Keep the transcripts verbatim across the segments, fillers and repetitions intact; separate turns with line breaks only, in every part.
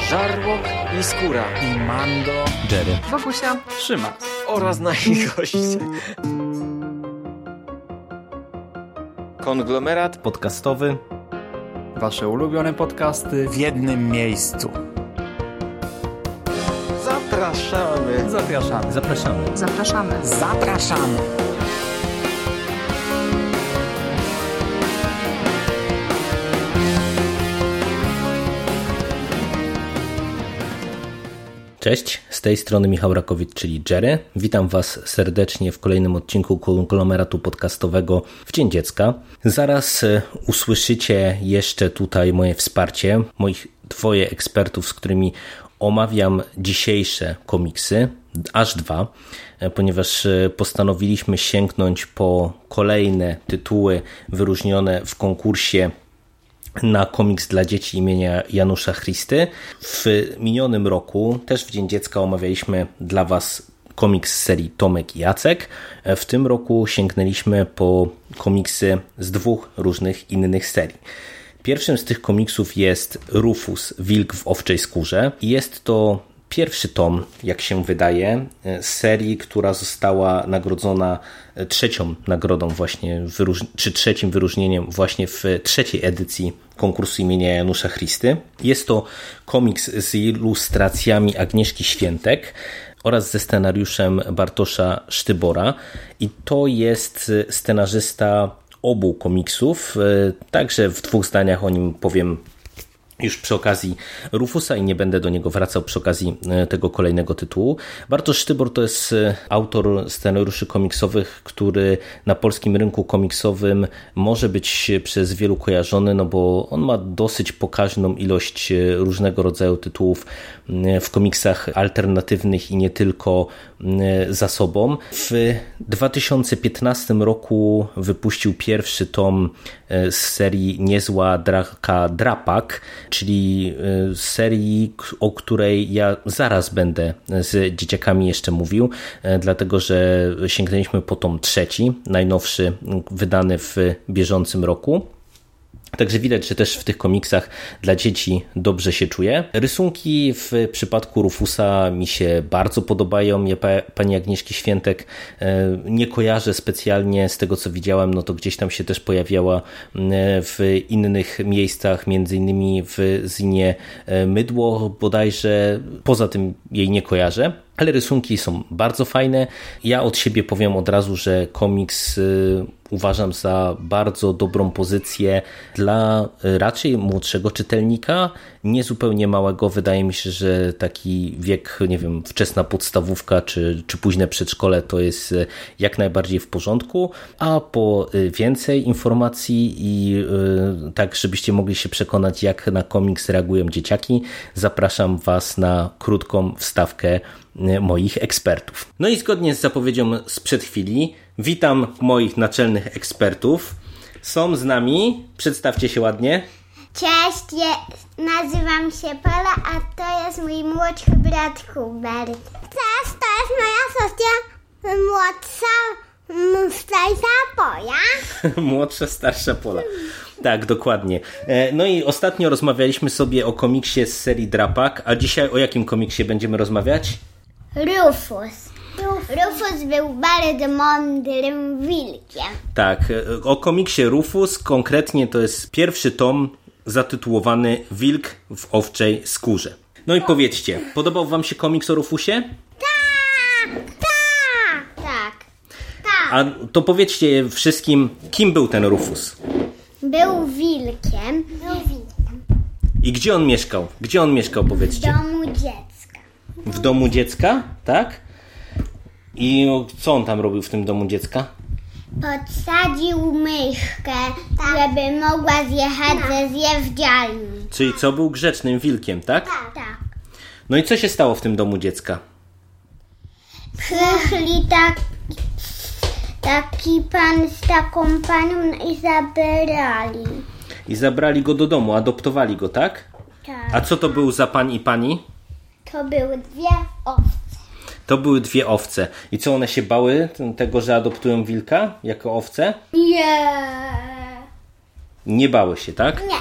Żarłok i Skóra
i Mando,
Jerry,
Wokusia,
Szymas
oraz nasi goście. Konglomerat
podcastowy.
Wasze ulubione podcasty w jednym miejscu.
Zapraszamy.
Zapraszamy.
Zapraszamy.
zapraszamy.
Zapraszamy.
Cześć, z tej strony Michał Rakowicz, czyli Jerry. Witam Was serdecznie w kolejnym odcinku konglomeratu podcastowego w Dzień Dziecka. Zaraz usłyszycie jeszcze tutaj moje wsparcie, moich dwoje ekspertów, z którymi omawiam dzisiejsze komiksy, aż dwa, ponieważ postanowiliśmy sięgnąć po kolejne tytuły wyróżnione w konkursie na komiks dla dzieci imienia Janusza Christy. W minionym roku, też w Dzień Dziecka, omawialiśmy dla Was komiks z serii Tomek i Jacek. W tym roku sięgnęliśmy po komiksy z dwóch różnych innych serii. Pierwszym z tych komiksów jest Rufus, Wilk w owczej skórze. Jest to pierwszy tom, jak się wydaje, z serii, która została nagrodzona trzecią nagrodą właśnie, czy trzecim wyróżnieniem właśnie w trzeciej edycji konkursu imienia Janusza Christy. Jest to komiks z ilustracjami Agnieszki Świętek oraz ze scenariuszem Bartosza Sztybora i to jest scenarzysta obu komiksów, także w dwóch zdaniach o nim powiem już przy okazji Rufusa i nie będę do niego wracał przy okazji tego kolejnego tytułu. Bartosz Sztybor to jest autor scenariuszy komiksowych, który na polskim rynku komiksowym może być przez wielu kojarzony, no bo on ma dosyć pokaźną ilość różnego rodzaju tytułów w komiksach alternatywnych i nie tylko za sobą. W dwa tysiące piętnastym roku wypuścił pierwszy tom z serii Niezła Draka Drapak, czyli serii, o której ja zaraz będę z dzieciakami jeszcze mówił, dlatego że sięgnęliśmy po tom trzeci, najnowszy, wydany w bieżącym roku. Także widać, że też w tych komiksach dla dzieci dobrze się czuje. Rysunki w przypadku Rufusa mi się bardzo podobają. Ja pani Agnieszki Świętek nie kojarzę specjalnie, z tego co widziałem, no to gdzieś tam się też pojawiała w innych miejscach, między innymi w zinie Mydło bodajże. Poza tym jej nie kojarzę. Ale rysunki są bardzo fajne. Ja od siebie powiem od razu, że komiks y, uważam za bardzo dobrą pozycję dla raczej młodszego czytelnika, nie zupełnie małego. Wydaje mi się, że taki wiek, nie wiem, wczesna podstawówka czy, czy późne przedszkole to jest jak najbardziej w porządku, a po więcej informacji i y, tak, żebyście mogli się przekonać, jak na komiks reagują dzieciaki, zapraszam Was na krótką wstawkę moich ekspertów. No i zgodnie z zapowiedzią sprzed chwili witam moich naczelnych ekspertów. Są z nami, przedstawcie się ładnie.
Cześć, je, nazywam się Pola, a to jest mój młodszy brat Hubert. Cześć, to jest moja siostra młodsza, starsza Pola.
Młodsza, starsza Pola. Tak, dokładnie. No i ostatnio rozmawialiśmy sobie o komiksie z serii Drapak, a dzisiaj o jakim komiksie będziemy rozmawiać?
Rufus. Rufus był bardzo mądrym wilkiem.
Tak, o komiksie Rufus, konkretnie to jest pierwszy tom zatytułowany Wilk w owczej skórze. No i powiedzcie, podobał Wam się komiks o Rufusie?
Tak, tak, tak, tak.
A to powiedzcie wszystkim, kim był ten Rufus?
Był wilkiem. Był wilkiem.
I gdzie on mieszkał? Gdzie on mieszkał, powiedzcie?
W domu dziecka.
W domu dziecka, tak? I co on tam robił w tym domu dziecka?
Podsadził myszkę, tak, żeby mogła zjechać no. ze zjeżdżalni.
Czyli co, był grzecznym wilkiem, tak?
Tak, tak.
No i co się stało w tym domu dziecka?
Przyszli tak, taki pan z taką panią i zabrali.
I zabrali go do domu, adoptowali go, tak?
Tak.
A co to był za pan i pani?
To były dwie owce.
To były dwie owce. I co, one się bały tego, że adoptują wilka jako owce?
Nie.
Nie bały się, tak?
Nie.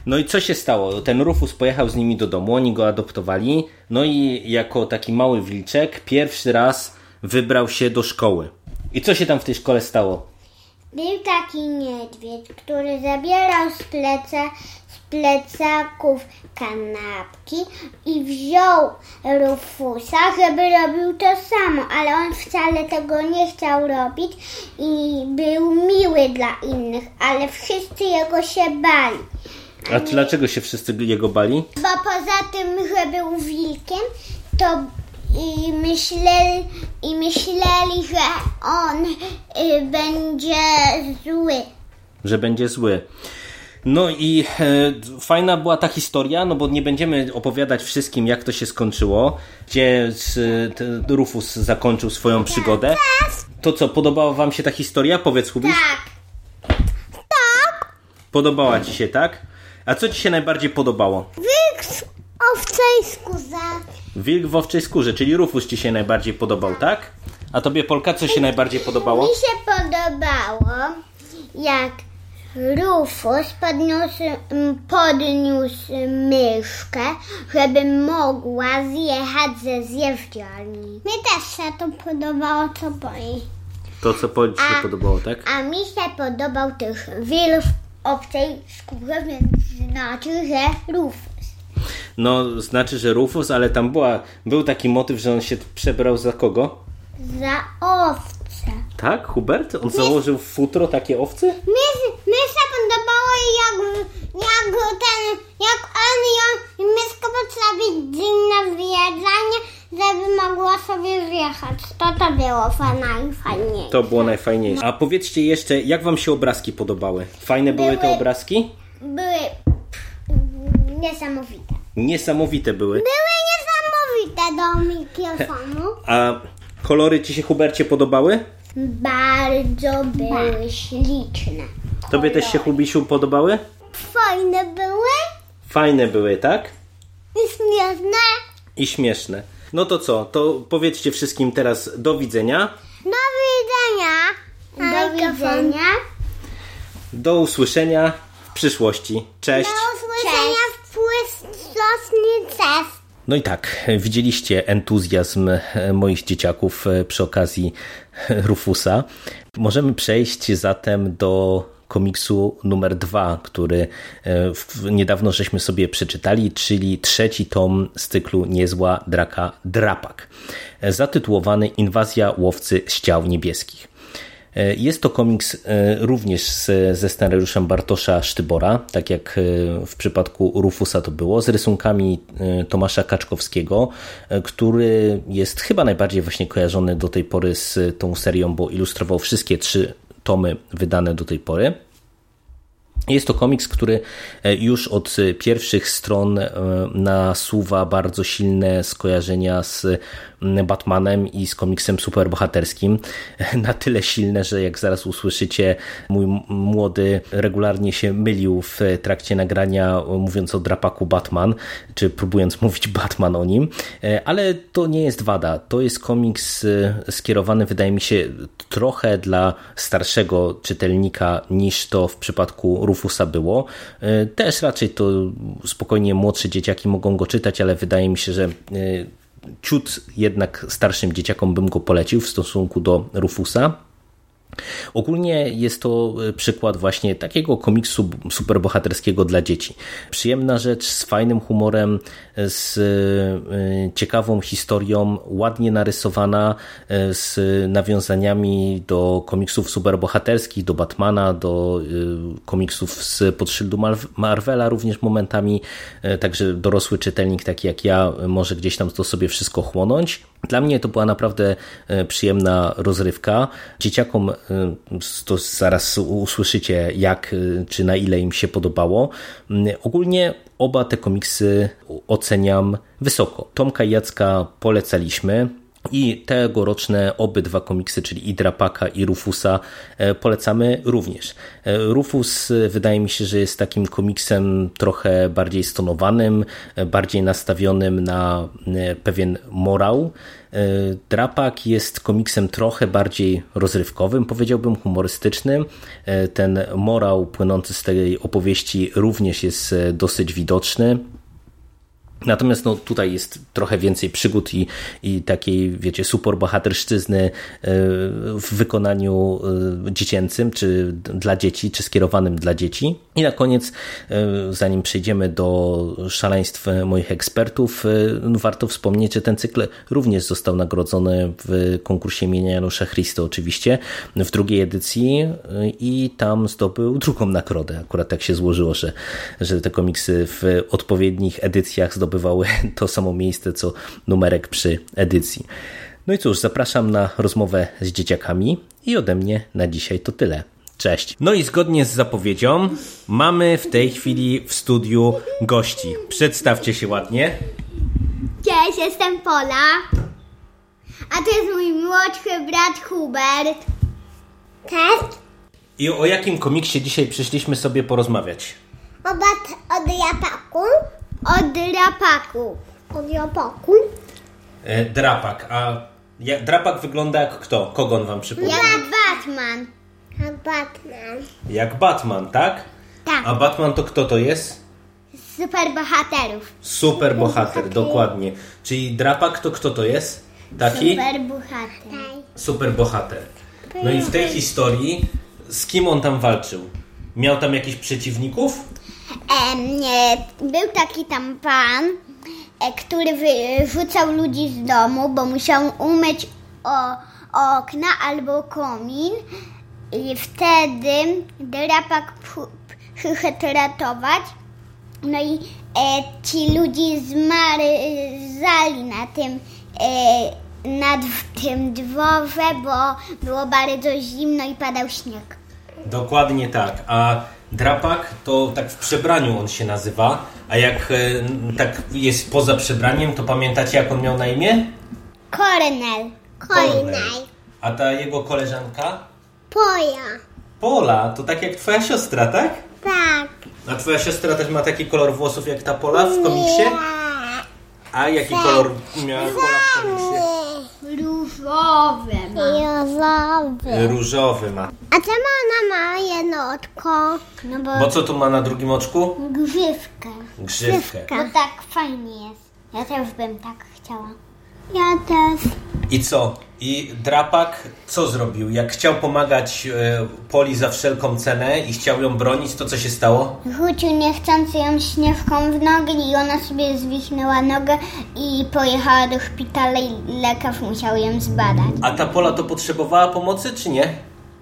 No i co się stało? Ten Rufus pojechał z nimi do domu, oni go adoptowali, no i jako taki mały wilczek pierwszy raz wybrał się do szkoły. I co się tam w tej szkole stało?
Był taki niedźwiedź, który zabierał z, pleca, z plecaków kanapki i wziął Rufusa, żeby robił to samo, ale on wcale tego nie chciał robić i był miły dla innych, ale wszyscy jego się bali.
A dlaczego się wszyscy jego bali?
Bo poza tym, że był wilkiem, to i myśleli, i myśleli, że on y, będzie zły.
Że będzie zły. No i e, fajna była ta historia, no bo nie będziemy opowiadać wszystkim, jak to się skończyło, gdzie z, te, Rufus zakończył swoją przygodę. To co, podobała wam się ta historia? Powiedz, Hubiś.
Tak. Tak.
Podobała ci się, tak? A co ci się najbardziej podobało?
Wilk w owczej skórze.
Wilk w owczej skórze, czyli Rufus ci się najbardziej podobał, tak? A tobie, Polka, co się najbardziej podobało?
Mi się podobało, jak Rufus podniósł, podniósł myszkę, żeby mogła zjechać ze zjeżdżalni. Mi też się to podobało, co boi.
To, co Poli ci się podobało, tak?
A mi się podobał też wilk w obcej skórze, więc znaczy, że Rufus.
No, znaczy, że Rufus, ale tam była, był taki motyw, że on się przebrał za kogo?
Za owce.
Tak, Hubert? On założył futro takie owce?
Mi, mi się podobało, jak, jak ten, jak on ją, myszkę potrafi dziwne zwiedzanie, żeby mogła sobie wjechać. To to było najfajniejsze.
To było najfajniejsze. A powiedzcie jeszcze, jak wam się obrazki podobały? Fajne były, były te obrazki?
Były niesamowite.
Niesamowite były.
Były niesamowite do mikrofonu.
A kolory ci się, Hubercie, podobały?
Bardzo były śliczne.
Tobie też się, Hubisiu, podobały?
Fajne były.
Fajne były, tak?
I śmieszne.
I śmieszne. No to co? To powiedzcie wszystkim teraz do widzenia.
Do widzenia. Do widzenia.
Do usłyszenia w przyszłości. Cześć.
Do usłyszenia w przyszłości.
No i tak, widzieliście entuzjazm moich dzieciaków przy okazji Rufusa. Możemy przejść zatem do komiksu numer dwa, który niedawno żeśmy sobie przeczytali, czyli trzeci tom z cyklu Niezła Draka Drapak, zatytułowany Inwazja łowcy z ciał niebieskich. Jest to komiks również z, ze scenariuszem Bartosza Sztybora, tak jak w przypadku Rufusa to było, z rysunkami Tomasza Kaczkowskiego, który jest chyba najbardziej właśnie kojarzony do tej pory z tą serią, bo ilustrował wszystkie trzy tomy wydane do tej pory. Jest to komiks, który już od pierwszych stron nasuwa bardzo silne skojarzenia z Batmanem i z komiksem superbohaterskim. Na tyle silne, że jak zaraz usłyszycie, mój młody regularnie się mylił w trakcie nagrania, mówiąc o drapaku Batman, czy próbując mówić Batman o nim, ale to nie jest wada. To jest komiks skierowany, wydaje mi się, trochę dla starszego czytelnika niż to w przypadku Rufusa było. Też raczej to spokojnie młodsze dzieciaki mogą go czytać, ale wydaje mi się, że ciut jednak starszym dzieciakom bym go polecił w stosunku do Rufusa. Ogólnie jest to przykład właśnie takiego komiksu superbohaterskiego dla dzieci. Przyjemna rzecz, z fajnym humorem, z ciekawą historią, ładnie narysowana, z nawiązaniami do komiksów superbohaterskich, do Batmana, do komiksów z podszyldu Marvela również momentami, także dorosły czytelnik taki jak ja może gdzieś tam to sobie wszystko chłonąć. Dla mnie to była naprawdę przyjemna rozrywka. Dzieciakom to zaraz usłyszycie, jak czy na ile im się podobało. Ogólnie oba te komiksy oceniam wysoko. Tomka i Jacka polecaliśmy. I tegoroczne obydwa komiksy, czyli i Drapaka, i Rufusa polecamy również. Rufus wydaje mi się, że jest takim komiksem trochę bardziej stonowanym, bardziej nastawionym na pewien morał. Drapak jest komiksem trochę bardziej rozrywkowym, powiedziałbym humorystycznym. Ten morał płynący z tej opowieści również jest dosyć widoczny. Natomiast no, tutaj jest trochę więcej przygód i, i takiej, wiecie, superbohaterszczyzny w wykonaniu dziecięcym, czy dla dzieci, czy skierowanym dla dzieci. I na koniec, zanim przejdziemy do szaleństw moich ekspertów, warto wspomnieć, że ten cykl również został nagrodzony w konkursie imienia Janusza Christy oczywiście, w drugiej edycji i tam zdobył drugą nagrodę. Akurat tak się złożyło, że, że te komiksy w odpowiednich edycjach zdobyły to samo miejsce co numerek przy edycji. No i cóż, zapraszam na rozmowę z dzieciakami i ode mnie na dzisiaj to tyle. Cześć. No i zgodnie z zapowiedzią mamy w tej chwili w studiu gości. Przedstawcie się ładnie.
Cześć, jestem Pola. A to jest mój młodszy brat Hubert. Cześć.
I o jakim komiksie dzisiaj przyszliśmy sobie porozmawiać?
O, bat, o Drapaku. O Drapaku. O Drapaku.
E, Drapak. A ja, Drapak wygląda jak kto? Kogo on wam przypomina?
Jak Batman. Jak Batman.
Jak Batman, tak?
Tak.
A Batman to kto to jest?
Super bohaterów.
Super bohater, dokładnie. Czyli Drapak to kto to jest? Taki?
Super bohater.
Super bohater. No i w tej historii z kim on tam walczył? Miał tam jakichś przeciwników?
E, nie, był taki tam pan, e, który wyrzucał ludzi z domu, bo musiał umyć o, okna albo komin. I wtedy Drapak przyszedł ratować. No i e, ci ludzie zmarzali na tym, e, nad tym dworze, bo było bardzo zimno i padał śnieg.
Dokładnie tak. A Drapak to tak w przebraniu on się nazywa. A jak e, tak jest poza przebraniem, to pamiętacie jak on miał na imię?
Kornel.
Kornel. A ta jego koleżanka?
Pola.
Pola, to tak jak twoja siostra, tak?
Tak.
A twoja siostra też ma taki kolor włosów jak ta Pola w komiksie? A jaki kolor miała Pola w komiksie?
Różowy ma. Różowy.
Różowy ma.
A czemu ona ma jedno oczko? No bo...
Bo co tu ma na drugim oczku?
Grzywkę.
Grzywkę.
No tak fajnie jest. Ja też bym tak chciała. Ja też.
I co? I Drapak co zrobił? Jak chciał pomagać e, Poli za wszelką cenę i chciał ją bronić, to co się stało?
Rzucił niechcący ją śnieżką w nogę i ona sobie zwichnęła nogę i pojechała do szpitala i lekarz musiał ją zbadać.
A ta Pola to potrzebowała pomocy, czy nie?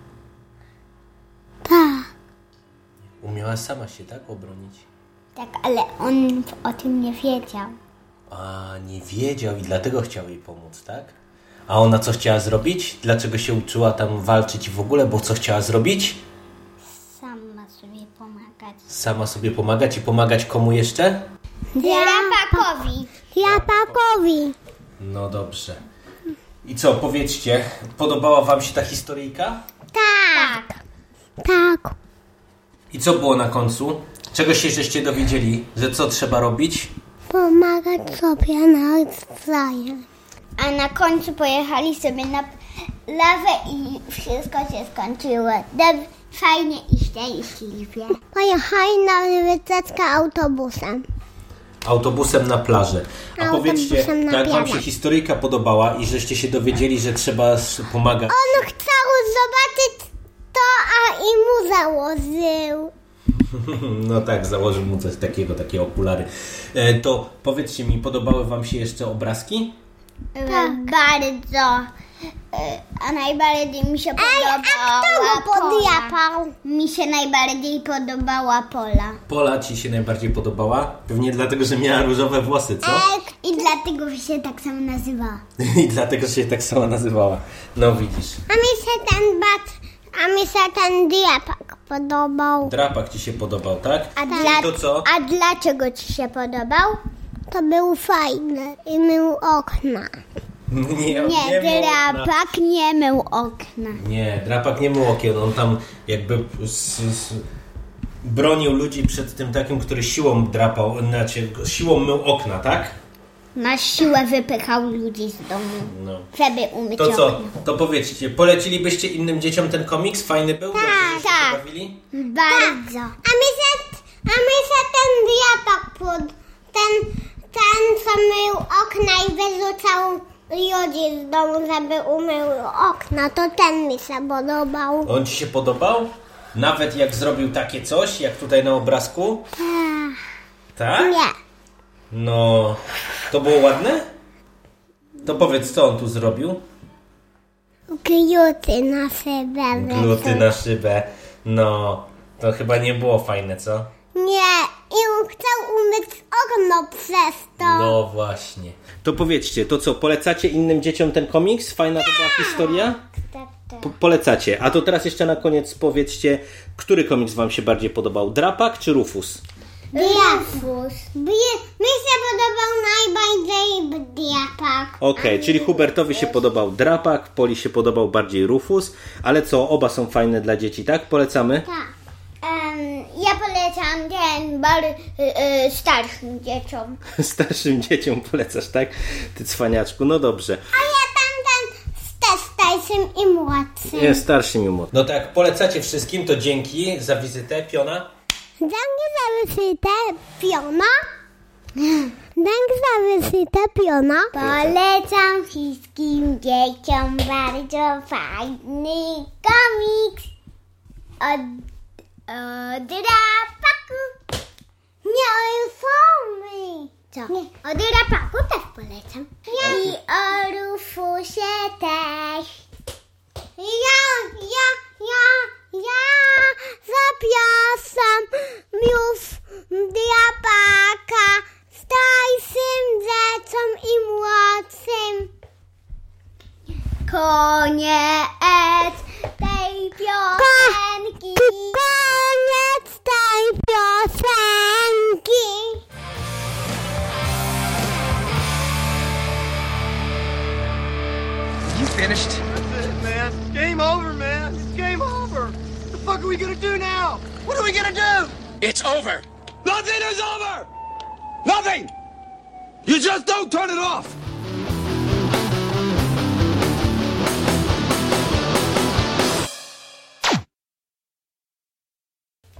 Tak.
Umiała sama się, tak, obronić?
Tak, ale on o tym nie wiedział.
A, nie wiedział i dlatego chciał jej pomóc, tak? A ona co chciała zrobić? Dlaczego się uczyła tam walczyć w ogóle? Bo co chciała zrobić?
Sama sobie pomagać.
Sama sobie pomagać i pomagać komu jeszcze?
Drapakowi. Drapakowi.
No dobrze. I co, powiedzcie, podobała wam się ta historyjka?
Tak. Tak.
I co było na końcu? Czego się żeście dowiedzieli? Że co trzeba robić?
Pomagać sobie nawzajem. A na końcu pojechali sobie na lawę i wszystko się skończyło. Dob- fajnie i szczęśliwie. Pojechali na wycieczkę autobusem.
Autobusem na plażę. A
Autobusem
powiedzcie,
na
jak wam
plażę.
się historyjka podobała i żeście się dowiedzieli, że trzeba s- pomagać?
On chciał zobaczyć to, a i mu założył.
No tak, założył mu coś takiego, takie okulary. E, to powiedzcie mi, podobały wam się jeszcze obrazki?
Tak. Bardzo. A najbardziej mi się podobała a kto go podjapał? Mi się najbardziej podobała Pola.
Pola ci się najbardziej podobała? Pewnie dlatego, że miała różowe włosy, co?
I dlatego, że się tak samo nazywa.
I dlatego, że się tak sama nazywała. No widzisz.
A mi się ten bat, a mi się ten Drapak podobał.
Drapak ci się podobał, tak?
A,
I
dla,
to co?
a dlaczego ci się podobał? To był fajny i mył okna.
Nie,
Nie,
mył okna.
drapak nie mył okna.
Nie, drapak nie mył okien. On tam jakby z, z, bronił ludzi przed tym takim, który siłą drapał, znaczy siłą mył okna, tak?
Na siłę wypychał ludzi z domu,
No.
żeby umyć
To co?
okna.
To powiedzcie, polecilibyście innym dzieciom ten komiks? Fajny był? Dobrze, żeście się
tak.
bawili?
Bardzo. A my się, a my się ten drapak pod... Ten, ten co mył okna i wyrzucał ludzi z domu, żeby umył okna, to ten mi się podobał.
On ci się podobał? Nawet jak zrobił takie coś, jak tutaj na obrazku? Tak?
Nie.
No, to było ładne? To powiedz, co on tu zrobił?
Gluty na szybę.
Gluty na szybę. No, to chyba nie było fajne, co?
Nie, i on chciał umyć okno przez to.
No właśnie. To powiedzcie, to co, polecacie innym dzieciom ten komiks? Fajna to była historia? Po- polecacie. A to teraz jeszcze na koniec powiedzcie, który komiks wam się bardziej podobał? Drapak czy Rufus?
Rufus. Mi się podobał najbardziej drapak.
Okej, czyli Hubertowi się podobał Drapak, Poli się podobał bardziej Rufus, ale co, oba są fajne dla dzieci, tak? Polecamy?
Tak. Um, ja polecam ten bar y, y, starszym dzieciom.
Starszym dzieciom polecasz, tak? Ty cwaniaczku, no dobrze.
A ja tam ten też starszym i młodszym.
Jest starszym i młodszym. No tak, polecacie wszystkim, to dzięki za wizytę, Piona.
Dzięki za wizytę, Piona. Dzięki za wizytę, Piona. Polecam wszystkim dzieciom bardzo fajny komiks od, od drapaku. Nie, o Rufomy. Co? Nie, od drapaku też polecam. Ja. I o Rufusie też. Ja, ja, ja, ja zapraszam już drapaka starszym dzieciom i młodszym. Koniec tej piosenki. Koniec tej piosenki.
You finished?
That's it, man. It's game over, man. It's game over. What the fuck are we gonna do now? What are we gonna do?
It's over.
Nothing is over! Nothing! You just don't turn it off!